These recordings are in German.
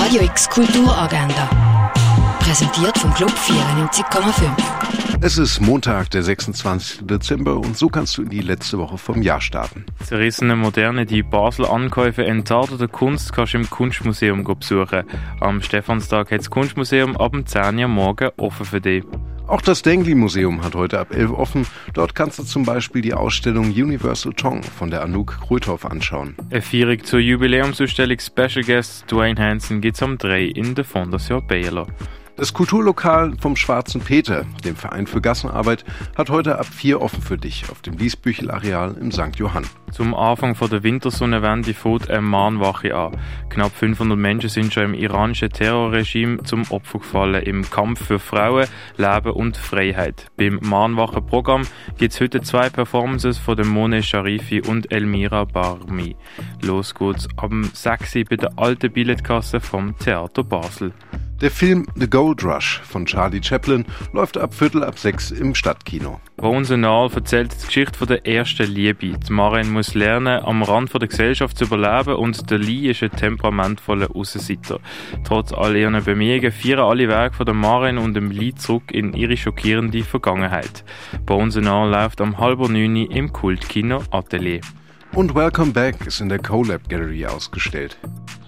Radio X Kulturagenda. Präsentiert vom Club 94,5. Es ist Montag, der 26. Dezember und so kannst du in die letzte Woche vom Jahr starten. Zerrissene Moderne, die Basler Ankäufe entarteter Kunst kannst du im Kunstmuseum besuchen. Am Stephanstag hat das Kunstmuseum ab 10 Uhr morgen offen für dich. Auch das Dengli-Museum hat heute ab 11 offen. Dort kannst du zum Beispiel die Ausstellung Universal Tongue von der Anouk Kröthoff anschauen. Eine Feierung zur Jubiläumsausstellung Special Guest Dwayne Hansen gibt es am 3 in der Fondation Baylor. Das Kulturlokal vom Schwarzen Peter, dem Verein für Gassenarbeit, hat heute ab 4 offen für dich auf dem Liesbüchel-Areal im St. Johann. Zum Anfang der Wintersonnenwende fängt eine Mahnwache an. Knapp 500 Menschen sind schon im iranischen Terrorregime zum Opfer gefallen im Kampf für Frauen, Leben und Freiheit. Beim Mahnwachenprogramm gibt es heute 2 Performances von Moneh Sharifi und Elmira Barmi. Los geht's ab 6 Uhr bei der alten Billetkasse vom Theater Basel. Der Film The Gold Rush von Charlie Chaplin läuft ab 5:45 im Stadtkino. Bones and All erzählt die Geschichte der ersten Liebe. Die Marin muss lernen, am Rand der Gesellschaft zu überleben und der Lee ist ein temperamentvoller Aussenseiter. Trotz all ihren Bemühungen führen alle Wege von der Marin und dem Lee zurück in ihre schockierende Vergangenheit. Bones and All läuft am 8:30 im Kultkino Atelier. Und Welcome Back ist in der CoLab Gallery ausgestellt.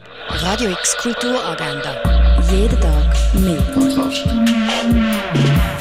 Radio X Kulturagenda. Jeden Tag mehr.